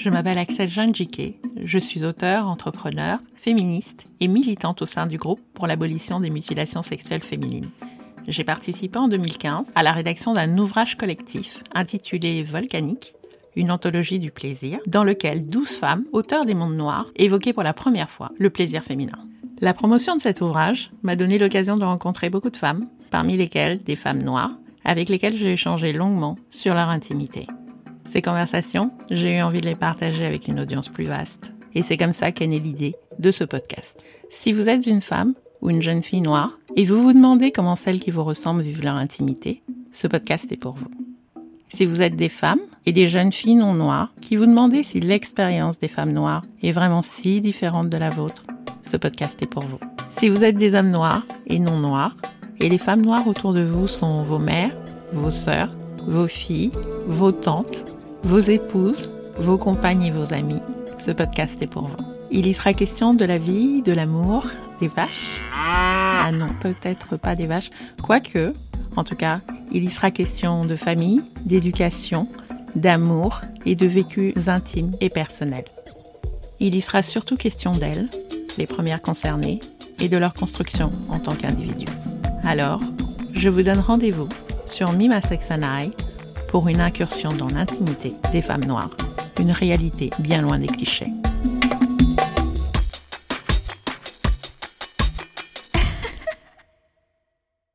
je m'appelle Axel Janjiké, je suis auteure, entrepreneur, féministe et militante au sein du groupe pour l'abolition des mutilations sexuelles féminines. J'ai participé en 2015 à la rédaction d'un ouvrage collectif intitulé Volcanique, une anthologie du plaisir, dans lequel 12 femmes, auteurs des mondes noirs, évoquaient pour la première fois le plaisir féminin. La promotion de cet ouvrage m'a donné l'occasion de rencontrer beaucoup de femmes, parmi lesquelles des femmes noires, avec lesquelles j'ai échangé longuement sur leur intimité. Ces conversations, j'ai eu envie de les partager avec une audience plus vaste. Et c'est comme ça qu'est née l'idée de ce podcast. Si vous êtes une femme ou une jeune fille noire et vous vous demandez comment celles qui vous ressemblent vivent leur intimité, ce podcast est pour vous. Si vous êtes des femmes et des jeunes filles non noires qui vous demandez si l'expérience des femmes noires est vraiment si différente de la vôtre, ce podcast est pour vous. Si vous êtes des hommes noirs et non noirs et les femmes noires autour de vous sont vos mères, vos sœurs, vos filles, vos tantes, vos épouses, vos compagnes et vos amis, ce podcast est pour vous. Il y sera question de la vie, de l'amour, des vaches. Ah non, peut-être pas des vaches. Quoique, en tout cas, il y sera question de famille, d'éducation, d'amour et de vécus intimes et personnels. Il y sera surtout question d'elles, les premières concernées, et de leur construction en tant qu'individus. Alors, je vous donne rendez-vous sur Me, My Sex and I pour une incursion dans l'intimité des femmes noires, une réalité bien loin des clichés.